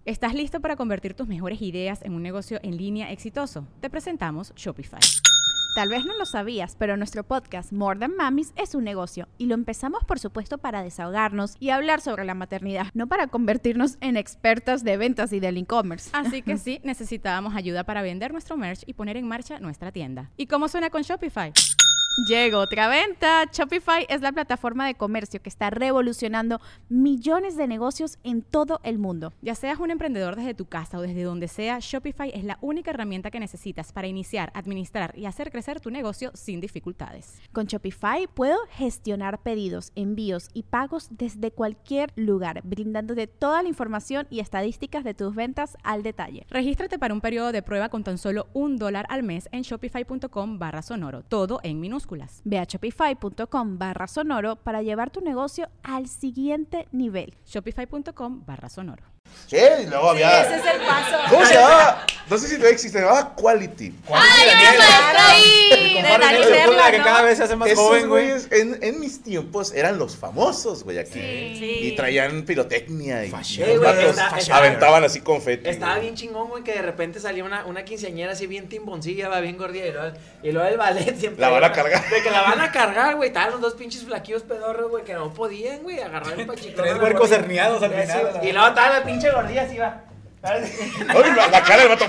¿Estás listo para convertir tus mejores ideas en un negocio en línea exitoso? Te presentamos Shopify. Tal vez no lo sabías, pero nuestro podcast More Than Mamis es un negocio y lo empezamos por supuesto para desahogarnos y hablar sobre la maternidad, no para convertirnos en expertas de ventas y del e-commerce. Así que sí, necesitábamos ayuda para vender nuestro merch y poner en marcha nuestra tienda. ¿Y cómo suena con Shopify? Llegó otra venta. Shopify es la plataforma de comercio que está revolucionando millones de negocios en todo el mundo. Ya seas un emprendedor desde tu casa o desde donde sea, Shopify es la única herramienta que necesitas para iniciar, administrar y hacer crecer tu negocio sin dificultades. Con Shopify puedo gestionar pedidos, envíos y pagos desde cualquier lugar, brindándote toda la información y estadísticas de tus ventas al detalle. Regístrate para un periodo de prueba con tan solo $1 al mes en shopify.com/sonoro, todo en minúsculas. Ve a shopify.com/sonoro para llevar tu negocio al siguiente nivel. Shopify.com/sonoro. Sí, y luego había... Ese es el paso. ¿Cómo se llamaba? No sé si todavía existe, se llamaba Quality. ¡Ay, una maestra ahí! De Dani Serna, que ¿no? cada vez se hace más Esos joven, güey. güeyes en mis tiempos eran los famosos, güey, aquí. Sí. Y traían pirotecnia y Fashion, los güey, vatos aventaban así confeti. Estaba bien chingón, güey, que de repente salía una quinceañera así bien timboncilla, va bien gordilla, y luego el ballet siempre... La van a cargar. De que la van a cargar, güey, estaban los dos pinches flaquillos pedorros, güey, que no podían, güey, agarrar el pachicón. Tres huercos herniados al final. Y luego estaba la pinche gordilla así, va. Ay, la cara del vato.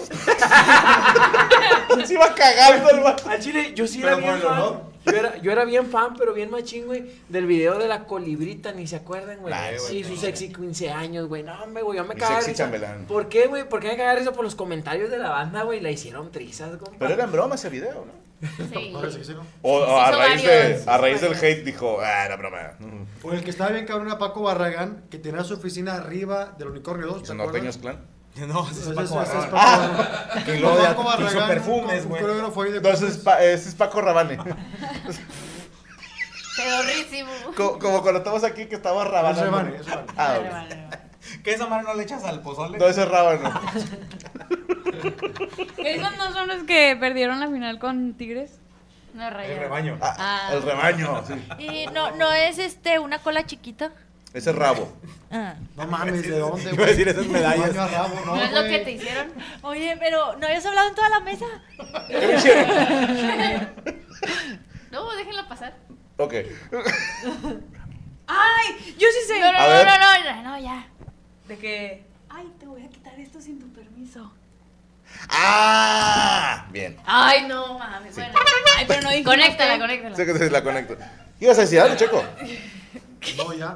Se iba cagando el vato. Al chile, yo sí era bien fan. Yo era bien fan, pero bien machín, güey, del video de la colibrita, ni se acuerdan, güey. Sí, sus sexy 15 años, güey. No, hombre, güey, yo me cagaba de risa. Chambelán. ¿Por qué, güey? ¿Por qué me cagaba de risa? Por los comentarios de la banda, güey, la hicieron trizas, compa. Pero era en broma ese video, ¿no? Sí. O Sí, a hizo raíz varios. a raíz del hate dijo, era broma. O el que estaba bien cabrón era Paco Barragán, que tenía su oficina arriba del Unicornio 2. ¿Son norteños clan? No, ese es Ese Paco es Barragán. Paco Que luego ya Paco hizo Barragán, perfumes, güey. un coreógrafo ahí de Entonces perfumes. ese es Paco Rabanne. Pedorrísimo. Como cuando estamos aquí que estamos rabanando. Es Rebane, es Rebane. Ah, Vale, ok. vale, vale. ¿Qué esa mano no le echas al pozole? No, ese es rábano. ¿Esos no son los que perdieron la final con Tigres? No, El rayado. rebaño. El rebaño, sí. Y no es una cola chiquita. Ese es rabo. Ah. No mames, ¿de dónde, Iba a decir esas medallas. Baño a rabo, ¿No es lo güey. que te hicieron? Oye, pero ¿no habías hablado en toda la mesa? No, déjenla pasar. Ok. ¡Ay! Yo sí sé. No, A ver. no, ya. De que... Ay, te voy a quitar esto sin tu permiso. ¡Ah! Bien. Ay, no mames. Bueno. Ay, pero no dijimos Conéctala, que- conéctala. Sé que se la conecto. ¿Qué ibas a decir algo, Checo? No, ya.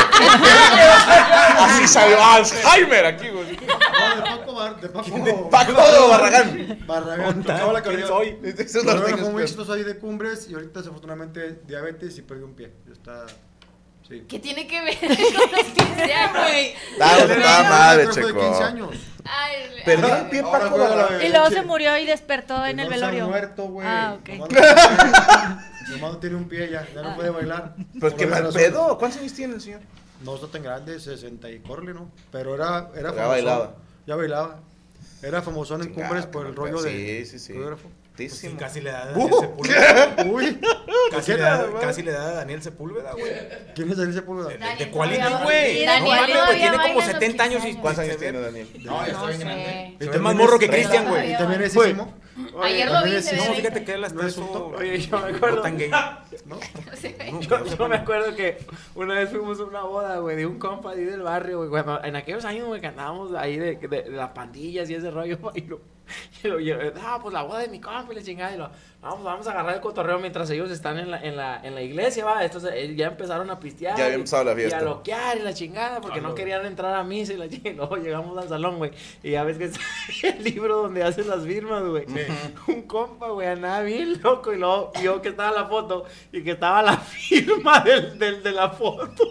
Así salió Alzheimer aquí, güey. No, de Paco Paco Barragán. Barragán. Tocaba la carrera. soy? Ese es un Pero norteño fue muy clan. exitoso ahí de Cumbres y ahorita desafortunadamente diabetes y perdió un pie. Está... Sí. ¿Qué tiene que ver con los 15 años? Güey. Está madre, Pero fue de Checo. 15 años. Ay, Perdió el pie Ahora Paco juega la- Barragán. y luego se murió y despertó en el No se ha velorio. muerto, güey. Ah, ok. Nomás no tiene un pie ya no puede bailar. Pues qué Por mal esa pedo. razón. ¿Cuántos años tiene el señor? No está tan grande, 60 y corle, ¿no? Pero era Ya famosón. bailaba. Ya bailaba. Era famosón en Chingada, Cumbres por el rollo de Sí. coreógrafo. Pues sí, Tísimo. casi le da a Daniel Sepúlveda. Uy, Casi le da a Daniel Sepúlveda, güey. ¿quién es Daniel Sepúlveda? De Quality, todavía- güey. y No Daniel mames, güey. todavía Tiene baila como en los 70 años 15 y ¿Cuántos años se ve- tiene Daniel? No sé. Se ve más morro que Cristian, güey. Y también es Güey. Isimo. Ayer lo vi, se No, ve. fíjate que él hasta No eso. resultó. Oye, yo me acuerdo. No tan gay. ¿No? Yo me acuerdo que una vez fuimos a una boda, güey, de un compa ahí del barrio, güey. Cuando, en aquellos años, güey, que andábamos ahí de las pandillas y ese rollo, güey, y lo llevé, pues la boda de mi compa y la chingada, y vamos a agarrar el cotorreo mientras ellos están en la iglesia, va. Entonces ya empezaron a pistear. Ya había empezado la fiesta. Y a loquear y la chingada, porque no querían entrar a misa y la chingada. Y luego llegamos al salón, güey, y ya ves que está el libro donde hacen las firmas, güey. Un compa, güey, andaba bien loco y luego vio que estaba la foto y que estaba la firma de la foto.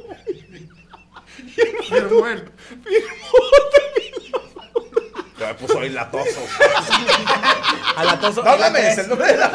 Firmó él. Ya me puso ahí latoso. A la toso. No mames, el nombre de la...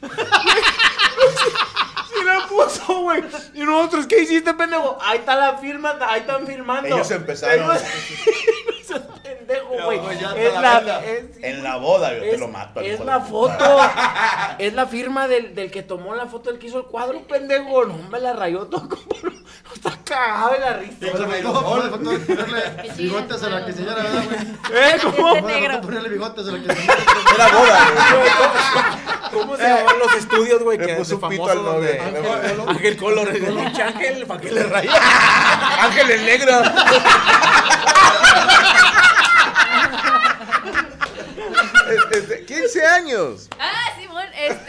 Sí la puso, güey. Y nosotros, ¿qué hiciste, pendejo? Ahí está la firma, ahí están firmando. Ellos empezaron. Ese pendejo, güey. ya Es te la la, venda. En la boda, yo te lo mato. al Es hijo de la puta. foto. Es la firma del que tomó la foto, del que hizo el cuadro, pendejo. No, me la rayó todo. Está cagado de la risa. Y se me dijo, le faltó ponerle bigotes a la quinceañera, ¿verdad, güey? ¿Cómo? Le faltó ponerle bigotes a la quinceañera. Era boda, güey. ¿Cómo se llamaban los estudios, güey? Le Que puso de un pito famosos al novio. donde- Ángel Color, el pinche Ángel, ¿para qué le raya? Ángel el negro. Este, 15 años. Ah, Simón,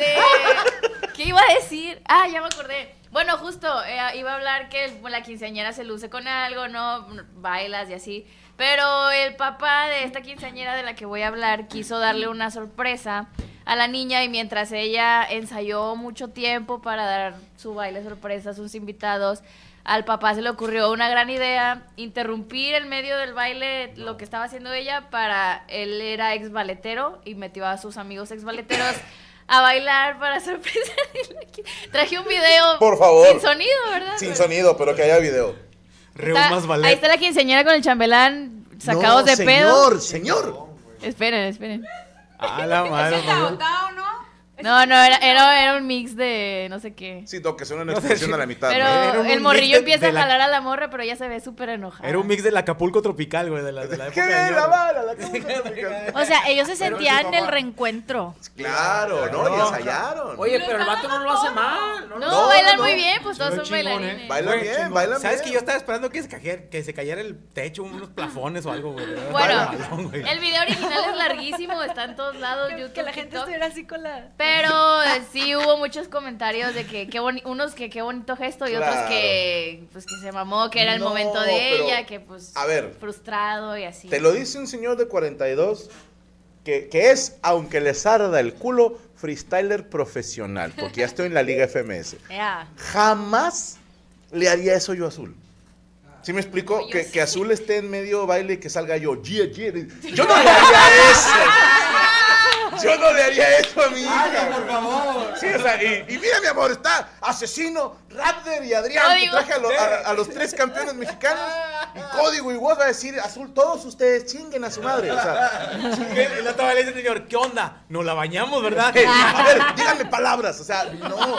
¿qué iba a decir? Ah, ya me acordé. Bueno, justo, iba a hablar que la quinceañera se luce con algo, ¿no? Bailas y así. Pero el papá de esta quinceañera de la que voy a hablar quiso darle una sorpresa a la niña y mientras ella ensayó mucho tiempo para dar su baile sorpresa a sus invitados, al papá se le ocurrió una gran idea, interrumpir en medio del baile lo que estaba haciendo ella él era ex balletero y metió a sus amigos ex balleteros a bailar para sorpresa. Traje un video Por favor. sin sonido, ¿verdad? Sin sonido, pero que haya video. Reumas ballet. Ahí está la quinceañera con el chambelán sacados No, de pedo. Señor. Esperen. A la madre, ¿Es el Tabotao, no? No, era un mix de no sé qué. Sí, que suena una expresión a la mitad. Pero ¿no? Era un el mix morrillo de empieza a la- jalar a la morra, pero ella se ve súper enojada. Era un mix del Acapulco tropical, güey, de la época ¡Qué de bien oro. la bala! La que O sea, ellos se Pero sentían sí, en el papá. reencuentro. Claro, ¿no? Y ensayaron. Oye, pero el vato no lo hace mal. No, No, bailan no. muy bien, pues todos son chingón, bailarines. Bailan bien, bailan ¿Sabes bien. que yo estaba esperando que se cayera el techo, unos plafones o algo, güey? Bueno, Balón, güey. el video original es larguísimo, está en todos lados, YouTube, Que la gente TikTok. estuviera así con la... Pero sí hubo muchos comentarios de que unos que qué bonito gesto y otros Claro. que pues que se mamó, que era el No, momento de pero, ella, que pues a ver. frustrado y así. Te lo dice un señor de 42 que es, aunque les arda el culo, freestyler profesional, porque ya estoy en la Liga FMS. Ya. Jamás le haría eso yo a Azul. ¿Sí me explico? No, yo Que sí. Azul esté en medio baile y que salga yo. Yo no le haría eso. Yo no le haría eso a mi hija. Por favor. Sí, o sea, y mira, mi amor, está Asesino, Raptor y Adrián, que Código. traje a los 3 campeones mexicanos. Y Código y vos va a decir, Azul, todos ustedes chinguen a su madre. O sea, El otro le dice, señor, ¿qué onda? Nos la bañamos, ¿verdad? a ver, díganme palabras. O sea, no.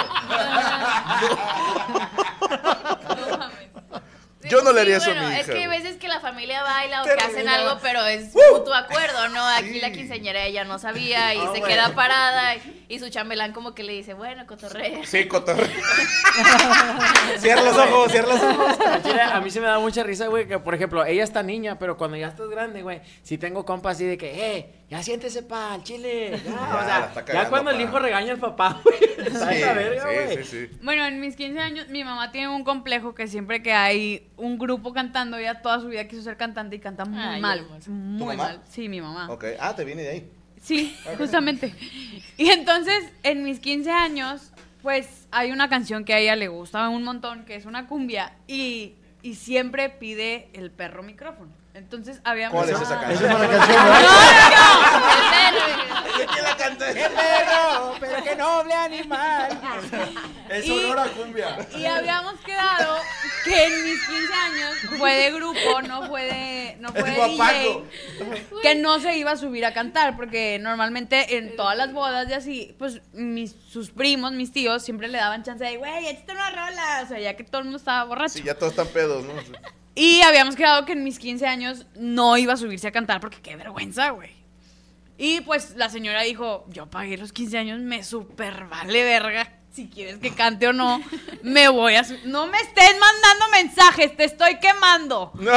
Yo no le haría eso a bueno, mi hija. es que hay güey. veces que la familia baila o Te que hacen regañaba. algo, pero es mutuo acuerdo, ¿no? Aquí Sí. la quinceañera ella no sabía y se bueno. queda parada y su chambelán como que le dice, bueno, cotorrea. Sí, cotorreo. Cierra los ojos, cierra los ojos. Al chile, a mí se me da mucha risa, güey, que por ejemplo, ella está niña, pero cuando ya estás grande, güey, sí tengo compas así de que, ya siéntese pa, al chile. Ya, Ya, o la sea, está ya cagando, cuando el pa. hijo regaña al papá, güey, está en la verga, güey. sí. Bueno, en mis 15 años mi mamá tiene un complejo que siempre que hay un grupo cantando, ella toda su vida quiso ser cantante y canta muy Ay, mal, hermoso. muy mamá? mal. Sí, mi mamá. Ok, te viene de ahí. Sí, justamente. Y entonces, en mis 15 años, pues hay una canción que a ella le gusta un montón, que es una cumbia, y siempre pide el perro micrófono. Entonces habíamos... ¿Cuál es esa Esa canción? es una canción, ¿verdad? ¿Quién la canta? Pero qué noble animal. Es Y- Sonora Cumbia. Y habíamos quedado que en mis 15 años fue de grupo, no fue de guapango. DJ, que no se iba a subir a cantar, porque normalmente en todas las bodas y así, pues sus primos, mis tíos, siempre le daban chance de, güey, échate una rola, o sea, ya que todo el mundo estaba borracho. Sí, ya todos están pedos, ¿no? Y habíamos quedado que en mis 15 años no iba a subirse a cantar, porque qué vergüenza, güey. Y pues la señora dijo, yo pagué los 15 años, me super vale verga. Si quieres que cante o no, me voy a... No me estés mandando mensajes, te estoy quemando. No.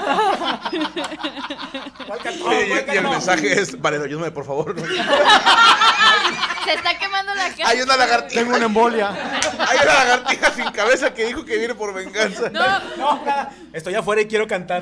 ¿Cuál cantó? Oye, ¿Cuál y el cantó? mensaje es, vale, ayúdame, por favor. Se está quemando la cara. Hay una lagartija. Tengo una embolia. Hay una lagartija sin cabeza que dijo que viene por venganza. No, nada. Estoy afuera y quiero cantar.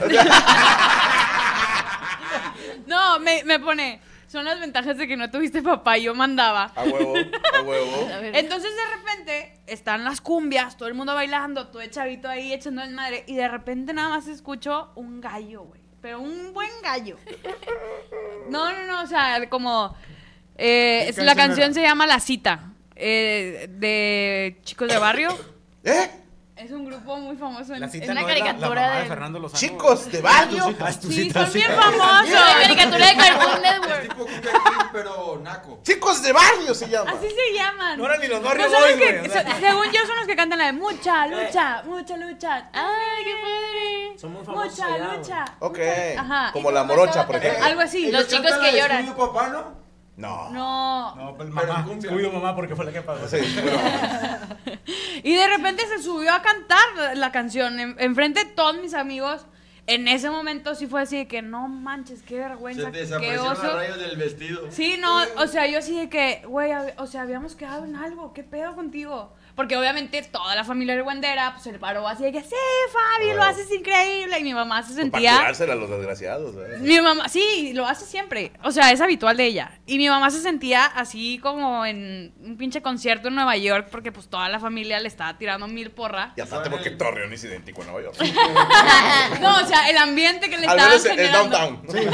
No, me pone... Son las ventajas de que no tuviste papá y yo mandaba. A huevo, a huevo. A ver. Entonces de repente están las cumbias, todo el mundo bailando, todo el chavito ahí echando el madre y de repente nada más escucho un gallo, güey. Pero un buen gallo. No, o sea, como... la canción canción era? se llama La Cita, de Chicos de Barrio. ¿Eh? Es un grupo muy famoso. La cita una no es la caricatura mamá de de- Fernando Lozano. Chicos de barrio. Sí, son bien famosos. La caricatura de Cartoon Es Network. tipo Cumbia Kid, pero naco. Chicos de barrio se llama. Así se llaman. No eran ni los No Barrio son los Boys, que, güey. O sea, según yo, son los que cantan la de mucha lucha, mucha lucha. Ay, qué padre. Son muy famosos Mucha allá, güey. lucha. Ok. Ajá. Como la morocha, por ejemplo. Algo así. Los chicos que lloran. ¿Scooby-Doo, papá, no? No. No. No, pues Pero mamá. cumbia. Cuido mamá porque fue la que pasó. Sí, pero- Y de repente se subió a cantar la canción enfrente de todos mis amigos. En ese momento sí fue así de que no manches, qué vergüenza, Se te qué desaparecieron las oso. rayas del vestido. Sí, no, o sea, yo así de que, güey, o sea, habíamos quedado en algo, ¿qué pedo contigo? Porque obviamente toda la familia argüendera pues, se le paró así de que, sí, Fabi, lo haces increíble. Y mi mamá se Para sentía... curársela a los desgraciados. ¿verdad? Mi mamá, sí, lo hace siempre. O sea, es habitual de ella. Y mi mamá se sentía así como en un pinche concierto en Nueva York porque pues toda la familia le estaba tirando 1000 porras. Y aparte porque Torreón es idéntico a Nueva York. No, o sea, el ambiente que le Al estaban menos el generando. downtown.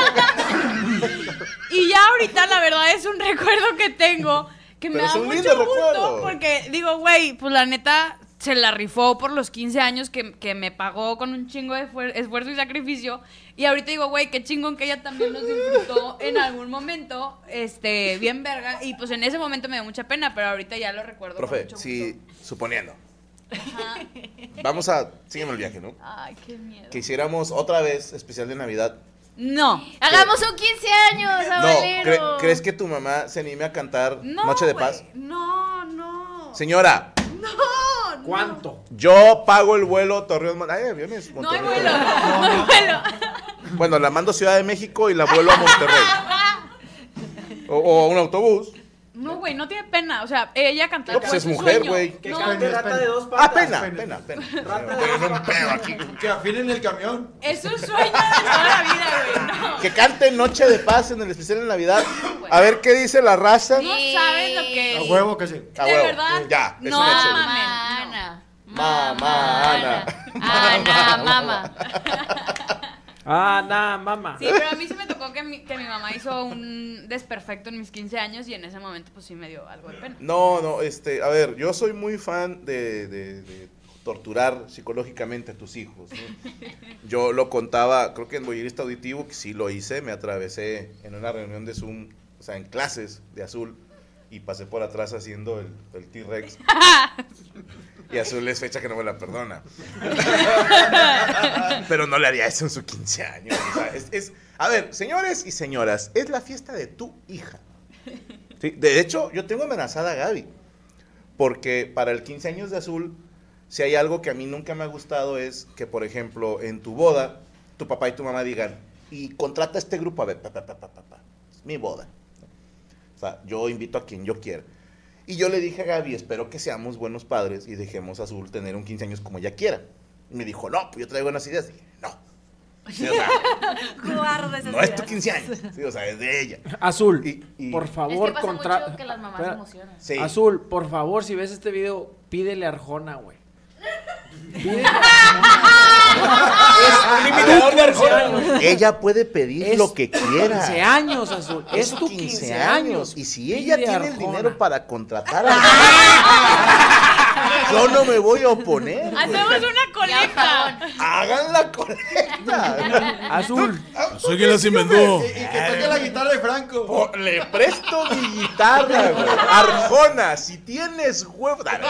Y ya ahorita la verdad es un recuerdo que tengo que me Pero da es un mucho lindo gusto recuerdo. porque digo, güey, pues la neta se la rifó por los 15 años que me pagó con un chingo de esfuerzo y sacrificio. Y ahorita digo, güey, qué chingón que ella también nos disfrutó en algún momento, bien verga. Y pues en ese momento me dio mucha pena, pero ahorita ya lo recuerdo con Profe, mucho si gusto. suponiendo. Vamos a. Sígueme el viaje, ¿no? Ay, qué miedo. Que hiciéramos otra vez especial de Navidad. No. Hagamos un 15 años, No, Avalero. ¿crees que tu mamá se anime a cantar No, Noche de güey. Paz? No. Señora, No. ¿Cuánto? yo pago el vuelo Torreón. Ay, vienes, No hay Monterrey. vuelo. No hay vuelo. Bueno, la mando a Ciudad de México y la vuelo a Monterrey. O un autobús. No, güey, no tiene pena. O sea, ella cantaba. No, pues es mujer, güey. Que No, cante pena, rata pena. de dos Ah, patas. pena. Pero un pedo aquí. Que afinen el camión. es un sueño de toda la vida, güey. No. Que cante Noche de Paz en el especial de Navidad. A ver qué dice la raza. No sabes lo que A es. huevo que sí. A ¿De huevo. verdad? Ya, es No, un hecho. mames. Mamá, Ana. Ana, mamá. Ah, nah, mamá. Sí, pero a mí sí me tocó que mi mamá hizo un desperfecto en mis 15 años y en ese momento pues sí me dio algo de pena. No, a ver, yo soy muy fan de torturar psicológicamente a tus hijos, ¿no? Yo lo contaba, creo que en Voyerista Auditivo, que sí lo hice, me atravesé en una reunión de Zoom, o sea, en clases de Azul, y pasé por atrás haciendo el T-Rex. Y Azul es fecha que no me la perdona. Pero no le haría eso en sus 15 años. O sea, a ver, señores y señoras, es la fiesta de tu hija. ¿Sí? De hecho, yo tengo amenazada a Gaby. Porque para el 15 años de Azul, si hay algo que a mí nunca me ha gustado es que, por ejemplo, en tu boda, tu papá y tu mamá digan, y contrata a este grupo, a ver, es mi boda. O sea, yo invito a quien yo quiera. Y yo le dije a Gaby, espero que seamos buenos padres y dejemos a Azul tener un 15 años como ella quiera. Y me dijo, no, pues yo traigo buenas ideas. Y dije, no. Sí, o sea, no es tu 15 años. Sí, o sea, es de ella. Azul, Y- por Es favor, que pasa mucho que las mamás se Espera. emocionan. Sí. Azul, por favor, si ves este video, pídele a Arjona, güey. Pídele Un imitador de Arjona. Ella puede pedir Es lo que quiera. 15 años, Azul. Es Es tu 15 años. Y si ella Pide tiene el Arjona. dinero para contratar a yo no me voy a oponer. güey. Hacemos una colecta. Hagan la colecta. Azul. Soy quien las inventó. Y que toque la guitarra de Franco. Le presto mi guitarra, güey. Arjona, si tienes huevo. Dale.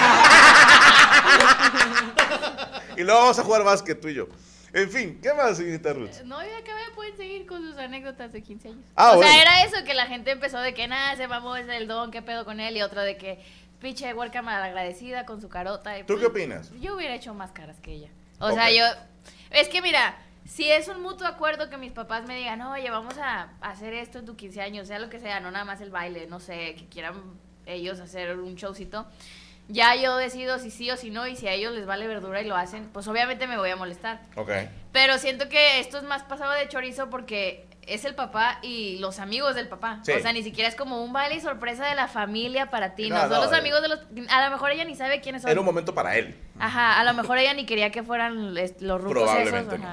Y luego vamos a jugar básquet tú y yo. En fin, ¿qué más, señorita Ruth? No, ya acabé, pueden seguir con sus anécdotas de 15 años. Ah, o bueno. sea, era eso, que la gente empezó de que nada, se mamó, es el don, qué pedo con él, y otra de que pinche huerca malagradecida con su carota. Y ¿Tú pues, qué opinas? Yo hubiera hecho más caras que ella. O Ok. sea, yo... Es que mira, si es un mutuo acuerdo que mis papás me digan, oye, vamos a hacer esto en tu 15 años, sea lo que sea, no nada más el baile, no sé, que quieran ellos hacer un showcito, ya yo decido si sí o si no, y si a ellos les vale verdura y lo hacen, pues obviamente me voy a molestar. Ok. Pero siento que esto es más pasado de chorizo porque es el papá y los amigos del papá. Sí. O sea, ni siquiera es como un baile y sorpresa de la familia para ti. No, No, son no, los amigos de los... A lo mejor ella ni sabe quiénes son. Era un momento para él. Ajá, a lo mejor ella ni quería que fueran los rucos esos. Probablemente no. Ajá.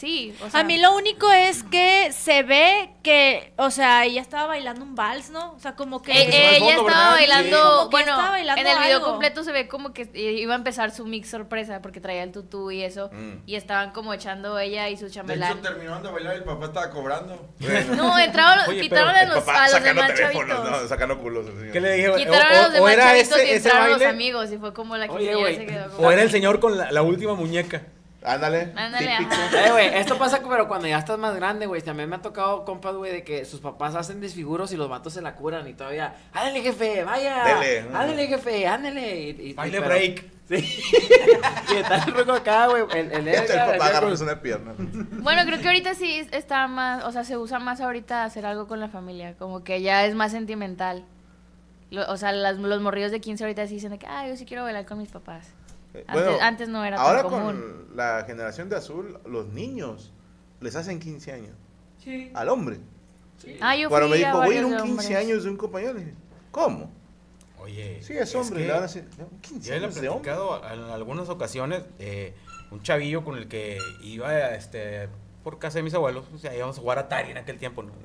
Sí, o sea. A mí lo único es que se ve que, o sea, ella estaba bailando un vals, ¿no? O sea, como que... Ella estaba bailando, Sí. Como que bueno, estaba bailando en el video algo. completo se ve como que iba a empezar su mix sorpresa porque traía el tutú y eso, y estaban como echando ella y su De hecho, chambelán. terminaron de bailar y el papá estaba cobrando. No, entraron, Oye, quitaron pero a los demás sacando teléfonos, chavitos. no, sacando culos. así. ¿Qué le dije? Quitaron a los demás era chavitos y ese entraron los baile, amigos y fue como la Oye, quinceañera güey, se quedó como... o era el señor con la última muñeca. Ándale, Ándale, típico. ajá. Güey, esto pasa pero cuando ya estás más grande, güey. También me ha tocado compas, güey, de que sus papás hacen desfiguros y los vatos se la curan y todavía, ándale, jefe, vaya. Dele. Ándale, jefe, ándale. Baile break. Sí. Y está el ruco acá, güey. El Ya está el Edgar, papá acá agarrándose con- una pierna. Bueno, creo que ahorita sí está más, o sea, se usa más ahorita hacer algo con la familia, como que ya es más sentimental. O sea, los morrillos de 15 ahorita sí dicen de que, yo sí quiero bailar con mis papás. Antes no era ahora tan común. con la generación de azul, los niños les hacen 15 años. Sí. Al hombre. Yo Cuando me fui a dijo, voy a ir a varios un de 15 hombres. años de un compañero, le dije, ¿cómo? Oye. Sí, es hombre, que le van a decir, "No, 15 yo le he años de hombre". platicado en algunas ocasiones un chavillo con el que iba por casa de mis abuelos, o sea, íbamos a jugar Atari en aquel tiempo, ¿no?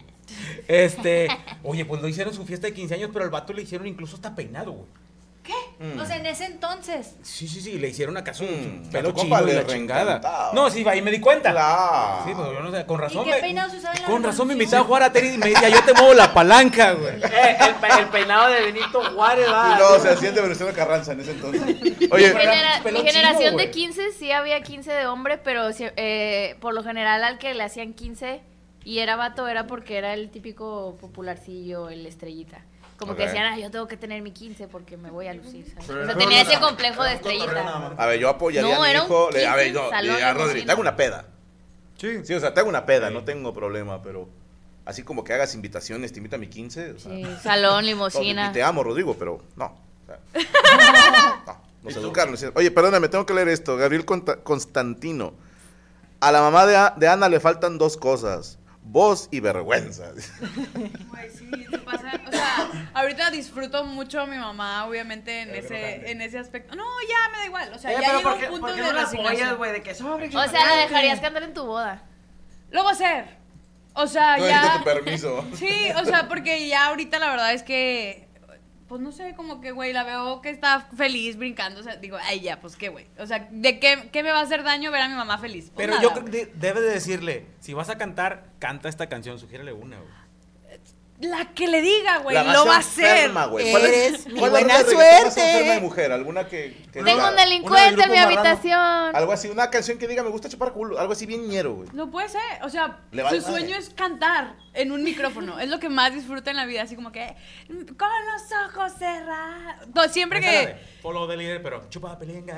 Oye, pues no hicieron su fiesta de 15 años, pero al vato le hicieron incluso hasta peinado, güey. O sea, en ese entonces. Sí, le hicieron acaso su a pelo tu compa chino y le la chingada. reencantaba. No, sí, ahí me di cuenta. Claro. Sí, pues yo no sé, con razón ¿Y qué peinados usaban en la con razón me revolución? invitaba a jugar a Atari y me decía, yo te muevo la palanca, güey. El peinado de Benito Juárez, va. Y luego se hacían de Venustiano Carranza en ese entonces. Oye, pelo Mi generación chino, güey. de 15 sí había 15 de hombre, pero por lo general al que le hacían 15 y era vato era porque era el típico popularcillo, el estrellita. Como Ok. que decían, yo tengo que tener mi 15 porque me voy a lucir, ¿sabes? Pero O sea, era tenía una- ese complejo de era un cotorreo nada estrellita. más. a ver, yo apoyaría No, a mi era un hijo. A 15 ver, no, salón a de Rodri, bocina. te hago una peda. Sí. Sí, o sea, te hago una peda, no tengo problema, pero así como que hagas invitaciones, te invito a mi 15. O sea, Sí, salón, y limosina. te amo, Rodrigo, pero no. O sea, no, nos educaron. Oye, perdóname, tengo que leer esto. Gabriel Constantino. A la mamá de Ana le faltan 2 cosas: voz y vergüenza. Güey, sí, sí pasa. O sea, ahorita disfruto mucho a mi mamá, obviamente, en ese aspecto. No, ya me da igual. O sea, ya pero llegó ¿por un qué punto de no la resignación. apoyas, güey? De que sobre. O sea, la dejarías cantar en tu boda. Lo voy a hacer. O sea, No necesito ya. tu permiso. Sí, o sea, porque ya ahorita la verdad es que. Pues no sé, como que, güey, la veo que está feliz brincando. O sea, digo, ay, ya, pues qué, güey. O sea, ¿de qué me va a hacer daño ver a mi mamá feliz? Pues Pero nada, yo creo güey. que debe de decirle, si vas a cantar, canta esta canción, sugiérele una, güey. La que le diga, güey, La más lo va a hacer. enferma, güey. ¿Cuál es- Eres mi cuál es la buena de reggaetón más suerte. enferma de mujer? ¿Alguna que Tengo diga- un delincuente en mi Grupo Marrano. habitación. algo así, una canción que diga me gusta chupar culo, algo así bien ñero, güey. No puede ser, o sea, Le vale su madre. sueño es cantar en un micrófono, es lo que más disfruta en la vida, así como que con los ojos cerrados. No, siempre Esa es la que de Follow the leader, pero chupa, pelenga,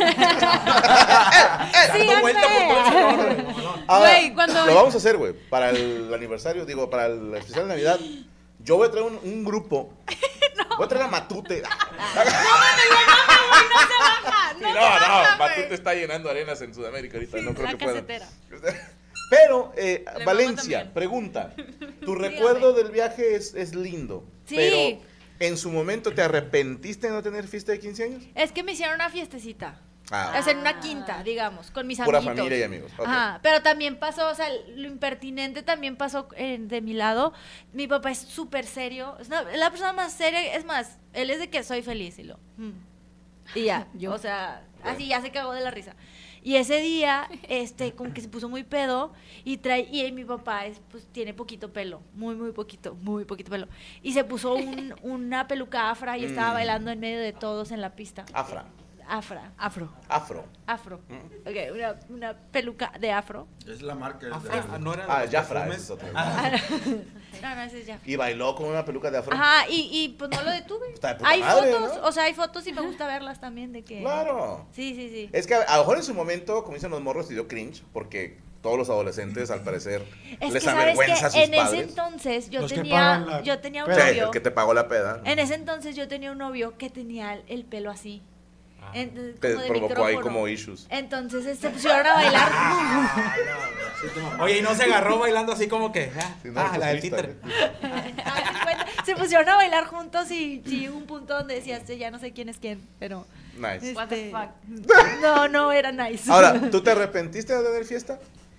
Sí, dando vuelta por todo el salón, güey. No. Ahora, Güey, cuando- lo vamos a hacer, güey, para el aniversario, digo, para el especial de Navidad. Yo voy a traer un grupo. Voy a traer a Matute. Sí, no, Matute está llenando arenas en Sudamérica ahorita, no creo la que pueda. casetera. Pero, mama Valencia, también. pregunta. Tu recuerdo del viaje es lindo, Sí. pero ¿en su momento te arrepentiste de no tener fiesta de 15 años? Es que me hicieron una fiestecita. Ah, O sea, en una quinta, digamos, con mis pura amiguitos. familia y amigos. ok. Ajá, pero también pasó, o sea, lo impertinente también pasó de mi lado. Mi papá es súper serio, es la persona más seria, es más, él es de que soy feliz y y ya, o sea, así ya se cagó de la risa. Y ese día, como que se puso muy pedo y mi papá pues tiene poquito pelo, muy poquito pelo. Y se puso una peluca afra y estaba bailando en medio de todos en la pista. Afro. Ok, una peluca de afro. Es la marca. es de- Afra, no era Ah, de los Jafra, perfumes. ese es otro. No, ese es ya. Y bailó con una peluca de afro. Ajá, y pues no lo detuve. Está de puta Hay madre, fotos, ¿no? o sea, hay fotos y me gusta verlas también de que... Claro. Sí. Es que a lo mejor en su momento, como dicen los morros, te dio cringe, porque todos los adolescentes, al parecer, Es les que sabes avergüenza a sus que en ese padres. entonces yo Los que tenía pagan la- un Sí, novio. el que te pagó la peda. En ese entonces yo tenía un novio que tenía el pelo así. Te Como de provocó ahí micrófono. como issues. Entonces se pusieron a bailar. Oye, y no se agarró bailando así como que, Sí, no, pues la del freestyle, títere. Haz de cuenta, se pusieron a bailar juntos y llegó un punto donde decías, ya no sé quién es quién, pero... Nice. What the fuck. No era nice. Ahora, ¿tú te arrepentiste de tener fiesta?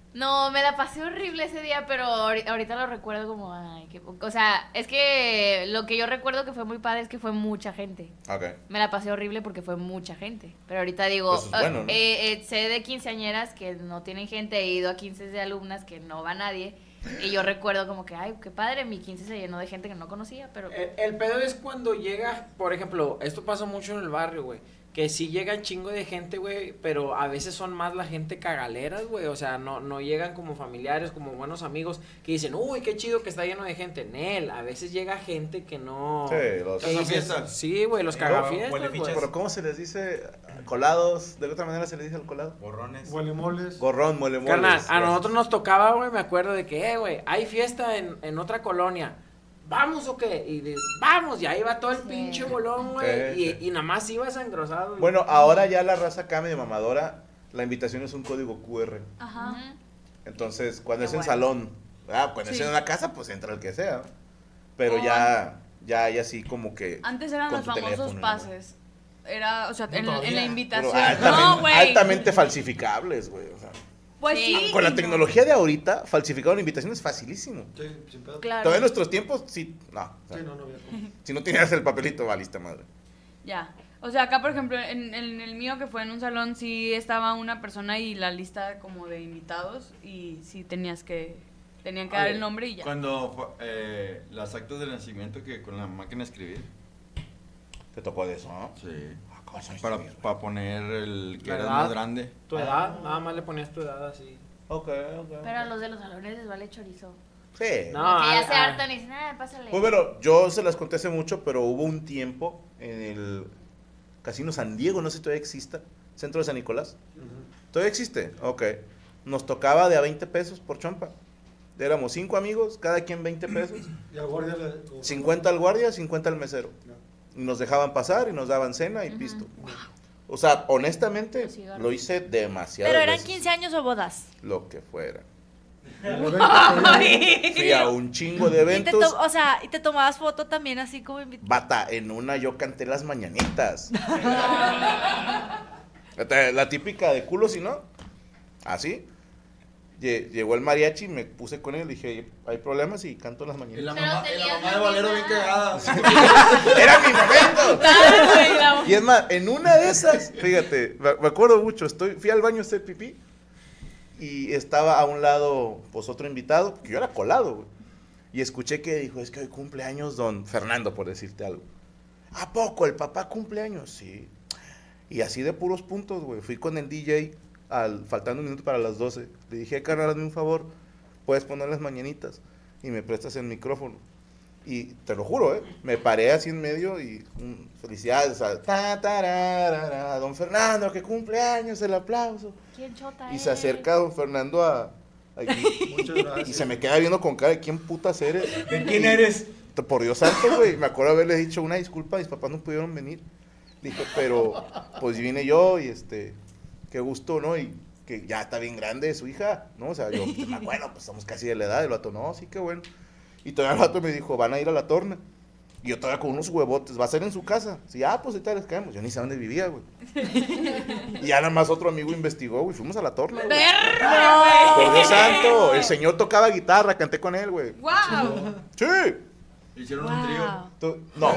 No, me la pasé horrible ese día, pero ahorita lo recuerdo como, ay, o sea, es que lo que yo recuerdo que fue muy padre es que fue mucha gente. Ok. Me la pasé horrible porque fue mucha gente. Pero ahorita digo, Eso es bueno, ¿no? sé de quinceañeras que no tienen gente, he ido a 15 de alumnas que no va nadie. Y yo recuerdo como que, ay, qué padre, mi 15 se llenó de gente que no conocía, pero... El pedo es cuando llega, por ejemplo, esto pasa mucho en el barrio, güey. Que sí llegan chingo de gente, güey, pero a veces son más la gente cagaleras, güey. O sea, no llegan como familiares, como buenos amigos, que dicen, uy, qué chido que está lleno de gente. Nel, a veces llega gente que no... Sí, los que dices, sí, güey, los cagafiestas, huele güey. fichas. Pero ¿cómo se les dice? Colados. ¿De qué otra manera se les dice al colado? Borrones. Huelemoles. Gorrón, muele moles. Carnal, a Gracias. nosotros nos tocaba, güey, me acuerdo de que, güey, hay fiesta en otra colonia. ¿Vamos o qué? Y vamos, y ahí va todo el pinche bolón, güey. Sí, Y nada más ibas engrosado. güey. Bueno, ahora ya la raza acá medio mamadora, la invitación es un código QR. Ajá. Ujú. Entonces, cuando Qué es en bueno. salón, cuando es Sí. en una casa, pues entra el que sea. Pero Oh. ya así como que... Antes eran con los tu famosos teléfono, ¿no? pases. Era, o sea, en la Pero invitación. altamente, No, güey. altamente falsificables, güey. O sea, Pues Sí. sí. con la no. tecnología de ahorita, falsificar una invitación es facilísimo. Sí, sin pedo. Claro. Todavía en nuestros tiempos, sí, no. O sea, Sí, no había como. si no tenías el papelito, valiste madre. Ya. O sea, acá, por ejemplo, en el mío que fue en un salón, sí estaba una persona y la lista como de invitados y sí tenían que dar Oye, el nombre y ya. Cuando las actas de nacimiento que con la máquina de escribir. ¿Te tocó de eso, no? Sí. ¿Cómo se Para escribir? poner el que La era edad. más grande. Tu edad, nada más le ponías tu edad así. Ok. Pero a los de los salones les vale chorizo. Sí. No, Como que ya ah, se ah. hartan y dicen, pásale. Pues bueno, yo se las conté hace mucho, pero hubo un tiempo en el Casino San Diego, no sé si todavía exista, Centro de San Nicolás. ¿Todavía existe? Ok. Nos tocaba de a 20 pesos por chompa. Éramos 5 amigos, cada quien 20 pesos. Y al guardia le. 50 al guardia, 50 al mesero. Y nos dejaban pasar y nos daban cena y pisto. O sea, honestamente, Los cigarros. lo hice demasiado. Pero eran 15 años o bodas. Lo que fuera. Ay. Fui a un chingo de Y te, eventos. o sea, y te tomabas foto también así como invitado. Bata, en una yo canté las mañanitas. La típica de culo, si no. Así. Llegó el mariachi y me puse con él y dije, hay problemas y canto las Y mañanitas. la Pero mamá, tenías de la Valero bien misma- cagada. ¡Era mi momento! Ay, güey, la- Y es más, en una de esas, fíjate, me acuerdo mucho, fui al baño a hacer pipí y estaba a un lado, pues, otro invitado, porque yo era colado, güey. Y escuché que dijo, es que hoy cumpleaños don Fernando, por decirte algo. ¿A poco el papá cumpleaños? Sí. Y así de puros puntos, güey. Fui con el DJ, faltando un minuto para las 12. Le dije, carnal, hazme un favor, puedes poner las mañanitas y me prestas el micrófono. Y te lo juro, me paré así en medio y felicidades a don Fernando, que cumpleaños, el aplauso. ¿Quién chota Y se acerca don Fernando aquí, Muchas gracias. y se me queda viendo con cara de quién putas eres. ¿De quién eres? Por Dios santo, güey. Me acuerdo haberle dicho una disculpa, mis papás no pudieron venir. Dije, pero pues vine yo y qué gusto, ¿no? Y que ya está bien grande su hija, ¿no? O sea, yo, me acuerdo, pues estamos casi de la edad. El vato, no, sí, qué bueno. Y todavía el vato me dijo, van a ir a la torna. Y yo todavía con unos huevotes, va a ser en su casa. Sí, pues ahorita les caemos. Yo ni sé dónde vivía, güey. Y ya nada más otro amigo investigó, güey. Fuimos a la torna, güey. Por Dios santo, el señor tocaba guitarra, canté con él, güey. ¡Wow! Sí. Hicieron un trío. No.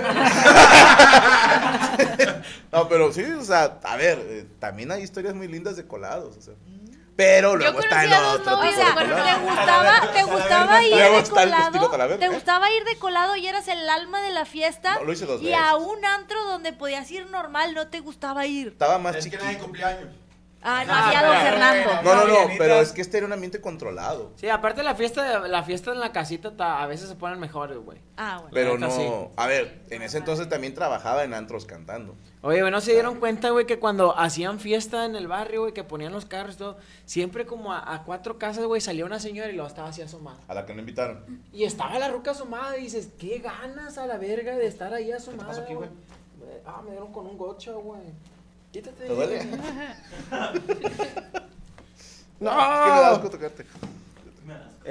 No, pero sí, o sea, a ver, también hay historias muy lindas de colados, o sea. Pero luego está el conocí a dos otro novios tipo de O sea, colado. ¿te gustaba ir Luego de está el estilo colado? Talavera, ¿Te gustaba ir de colado y eras el alma de la fiesta? No, lo hice 2 Y veces. a un antro donde podías ir normal no te gustaba ir. Estaba más Es que chiquito. nadie cumpleaños. Ah, no, Ah, hacía don pero- Fernando. No, Mañanitas. pero es que era un ambiente controlado. Sí, aparte la fiesta en la casita a veces se ponen mejores, güey. Ah, bueno. Pero neta, sí. no, a ver, en ese entonces también trabajaba en antros cantando. Oye, güey, ¿no se dieron cuenta, güey, que cuando hacían fiesta en el barrio, güey, que ponían los carros y todo, siempre como a 4 casas, güey, salía una señora y luego estaba así asomada? A la que no invitaron. Y estaba la ruca asomada y dices, qué ganas a la verga de estar ahí asomada. pasó aquí, güey? Me dieron con un gocho, güey. Quítate. ¿Te duele? No. Es que me da asco tocarte.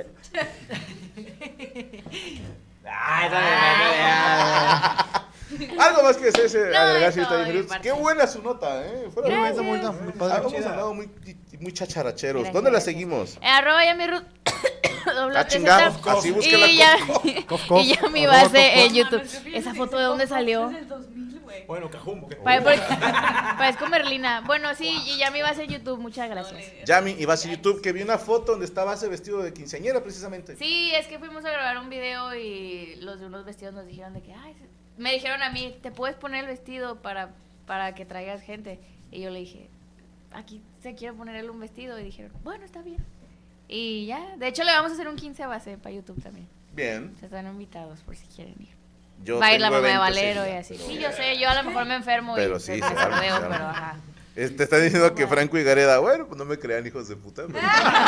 Ay, Algo más que desees agregar, todo señorita bien, Jenny Roots. parce. Qué buena su nota, Fuera de Muy broma. bonita, muy padre. Hemos hablado muy chacharacheros. Gracias, ¿Dónde la gracias. seguimos? Arroba Yamirut. Ah, chingado. Así búsquela. Y ya, Cof, cof. y ya mi Arroba base en cof, YouTube. ¿Esa foto de dónde salió? Bueno, Cajumbo. Parezco Merlina. Bueno, sí, y ya mi base en YouTube. Muchas gracias. Yami, y vas a YouTube, que vi una foto donde estaba ese vestido de quinceañera, precisamente. Sí, es que fuimos a grabar un video y los de unos vestidos nos dijeron de que, ay, me dijeron a mí, ¿te puedes poner el vestido para que traigas gente? Y yo le dije, aquí se quiere poner él un vestido. Y dijeron, bueno, está bien. Y ya, de hecho le vamos a hacer un 15 a base para YouTube también. Bien. Se están invitados por si quieren ir. Yo Va a ir la tengo mamá de eventos Valero ese y día, así. pero Sí, yo sé, yo a lo mejor me enfermo Pero y sí, se se arma, veo, se arma. pero ajá. Te están diciendo que Franco y Gareda, bueno, pues no me crean, hijos de puta. pero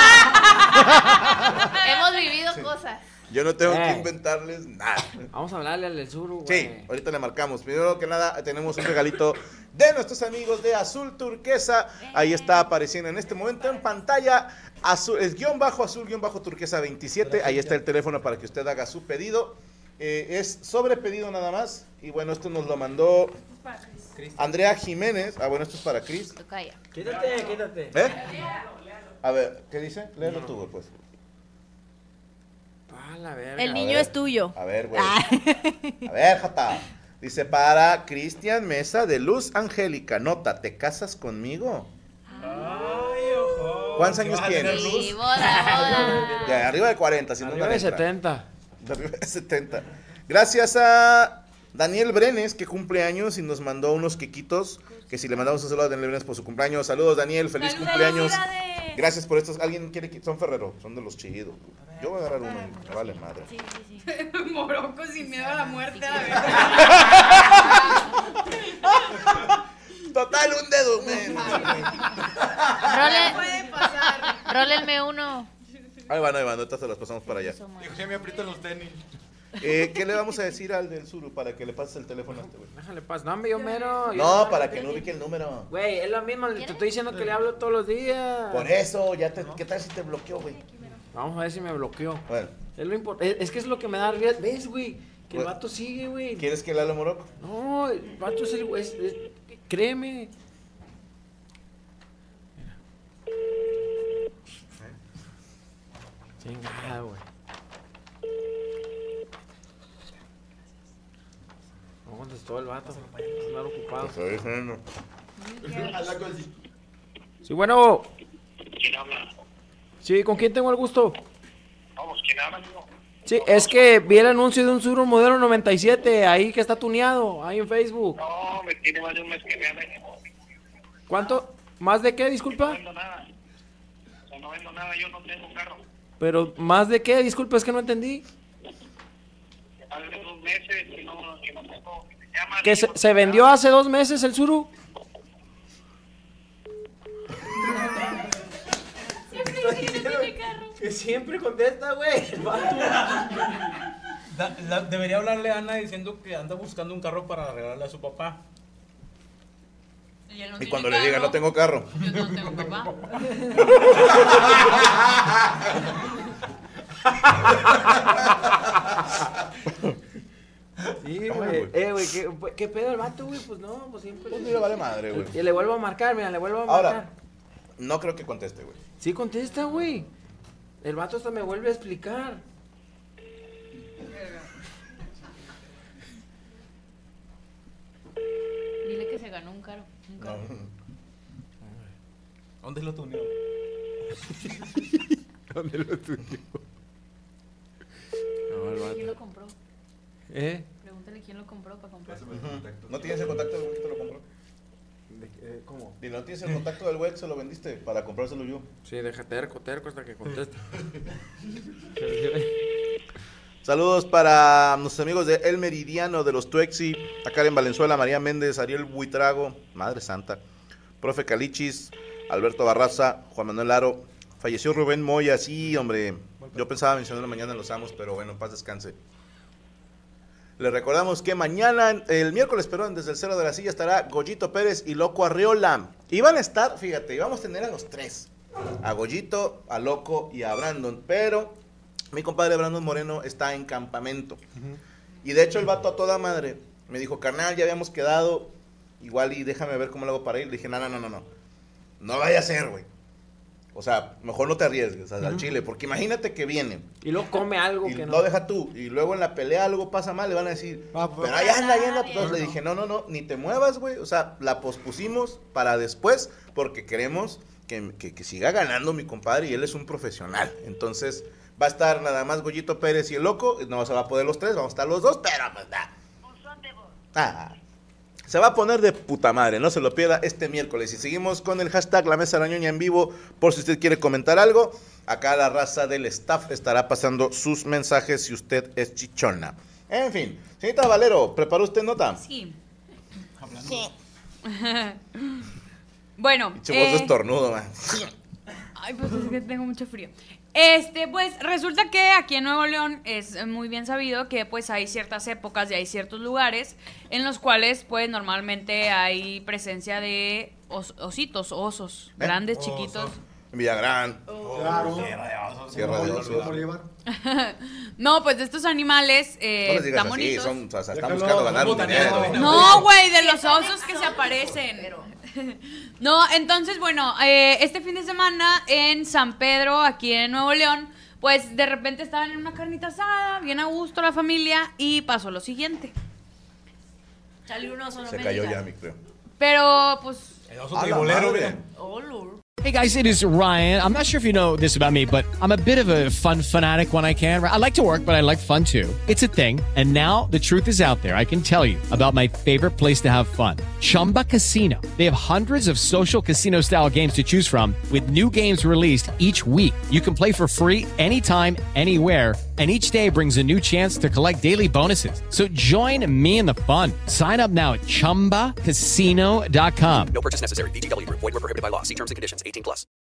Hemos vivido cosas. yo no tengo que inventarles nada. Vamos a hablarle al del sur, güey. Sí, ahorita le marcamos. Primero que nada, tenemos un regalito de nuestros amigos de Azul Turquesa. Ahí está apareciendo en este momento en pantalla. Azul, es _azul_turquesa 27. Ahí está el teléfono para que usted haga su pedido. Es sobre pedido nada más. Y bueno, esto nos lo mandó Andrea Jiménez. Ah, bueno, esto es para Cris. Calla. Quítate. A ver, ¿qué dice? Léelo tú, güey, pues. A la verga. El niño ver. es tuyo. A ver, güey. A ver, jata. Dice, para Cristian Mesa de Luz Angélica. Nota, ¿te casas conmigo? Ay, ojo. ¿Cuántos años ¿Vas a tener tienes? luz? Sí, boda. De arriba de 40, si no Arriba no de entra. 70. De arriba de 70. Gracias a Daniel Brenes, que cumple años y nos mandó unos quequitos. Que si le mandamos un saludo a Daniel Brenes por su cumpleaños. Saludos, Daniel, feliz cumpleaños. Gracias por estos. ¿Alguien quiere que son Ferrero? Son de los chidos. Yo voy a agarrar uno, me vale madre. Morocco sin miedo a la muerte, a la verdad. Total, un dedo, men. Rólenme uno. Ahí van, ahorita se las pasamos para allá. Dijo, ya me aprietan los tenis. ¿Qué le vamos a decir al del Zuru para que le pases el teléfono a este güey? Déjale paz. No, hombre, yo mero. No, para que no ubique el número. Güey, es lo mismo. Te estoy diciendo que le hablo todos los días. Por eso, ¿qué tal si te bloqueó, güey? Vamos a ver si me bloqueó. Bueno, Es lo importante. Es que es lo que me da riesgo. ¿Ves, güey? Que el Bueno. vato sigue, güey. ¿quieres que le hable Morocco? No, el vato es el güey. Créeme. Chingada, güey. No contestó el vato. Están ocupado. Estoy diciendo. Sí, bueno. ¿Quién habla? Sí, ¿con quién tengo el gusto? Vamos, ¿quién habla, amigo? Sí, es que vi el anuncio de un Subaru modelo 97 ahí que está tuneado, ahí en Facebook. No, me tiene más de un mes que me habla. ¿Cuánto? ¿Más de qué, No disculpa? vendo nada. O sea, no vendo nada, yo no tengo carro. Pero, ¿más de qué? Disculpa, es que no entendí. Más de 2 meses que no tengo. Me llaman. ¿Que se vendió hace 2 meses el Suru? Que siempre contesta, güey. El vato. Debería hablarle a Ana diciendo que anda buscando un carro para regalarle a su papá. Y cuando le diga, no tengo carro. Yo no tengo papá. Sí, güey. güey, ¿qué pedo el vato, güey? Pues no, pues siempre. Pues mira, vale madre, güey. Y le vuelvo a marcar, mira, le vuelvo a marcar. Ahora, no creo que conteste, güey. Sí contesta, güey. El vato hasta me vuelve a explicar. Dile que se ganó un carro. No. ¿Dónde lo tuneó? ¿Dónde lo tuyo? No, el ¿Quién lo vato. compró? Pregúntale quién lo compró para comprar. ¿No tienes el contacto del güey que te lo compró? ¿Cómo? Y no tienes el contacto del güey que se lo vendiste para comprárselo yo. Sí, deja terco hasta que conteste. Saludos para nuestros amigos de El Meridiano, de los Tuexi, a Karen Valenzuela, María Méndez, Ariel Buitrago, Madre Santa, Profe Calichis, Alberto Barraza, Juan Manuel Aro. Falleció Rubén Moya, sí, hombre. Yo pensaba mencionarlo mañana en Los Amos, pero bueno, en paz descanse. Les recordamos que mañana, el miércoles, perdón, desde el Cero de la Silla estará Goyito Pérez y Loco Arriola. Y van a estar, fíjate, íbamos a tener a los tres. A Goyito, a Loco y a Brandon. Pero mi compadre Brandon Moreno está en campamento. Y de hecho el vato a toda madre Me dijo, carnal, ya habíamos quedado, igual y déjame ver cómo lo hago para ir. Le dije, no. No vaya a ser, güey. O sea, mejor no te arriesgues al chile, porque imagínate que viene. Y luego come algo y que no. lo deja tú. Y luego en la pelea algo pasa mal, le van a decir, pero ahí anda. Entonces le dije, no, ni te muevas, güey. O sea, la pospusimos para después, porque queremos que siga ganando mi compadre y él es un profesional. Entonces, va a estar nada más Goyito Pérez y el Loco. No se va a poder los tres, vamos a estar los dos, pero pues nada. Se va a poner de puta madre, no se lo pierda este miércoles. Y seguimos con el hashtag La Mesa de la Ñoña en vivo, por si usted quiere comentar algo. Acá la raza del staff estará pasando sus mensajes si usted es chichona. En fin, señorita Valero, ¿preparó usted nota? Sí. Bueno. Pinche voz de estornudo, man. Ay, pues es que tengo mucho frío. Pues resulta que aquí en Nuevo León es muy bien sabido que pues hay ciertas épocas y hay ciertos lugares en los cuales pues normalmente hay presencia de osos, grandes, chiquitos. En Villagrán. Claro. Sierra de Osos. Bolívar. No, pues de estos animales No les digas tan así, bonitos. o sea, están buscando ganar un dinero. No, güey, de los osos que se aparecen. No, entonces, bueno, este fin de semana en San Pedro, aquí en Nuevo León, pues de repente estaban en una carnita asada, bien a gusto la familia, y pasó lo siguiente. Chale, un oso, no Se me cayó digas. ya, mi creo. Pero, pues... El oso tribolero, mira. Oh, Lord. Hey guys, it is Ryan. I'm not sure if you know this about me, but I'm a bit of a fun fanatic when I can. I like to work, but I like fun too. It's a thing. And now the truth is out there. I can tell you about my favorite place to have fun. Chumba Casino. They have hundreds of social casino style games to choose from with new games released each week. You can play for free anytime, anywhere. And each day brings a new chance to collect daily bonuses. So join me in the fun. Sign up now at ChumbaCasino.com. No purchase necessary. VGW Group. Void where prohibited by law. See terms and conditions. 18+.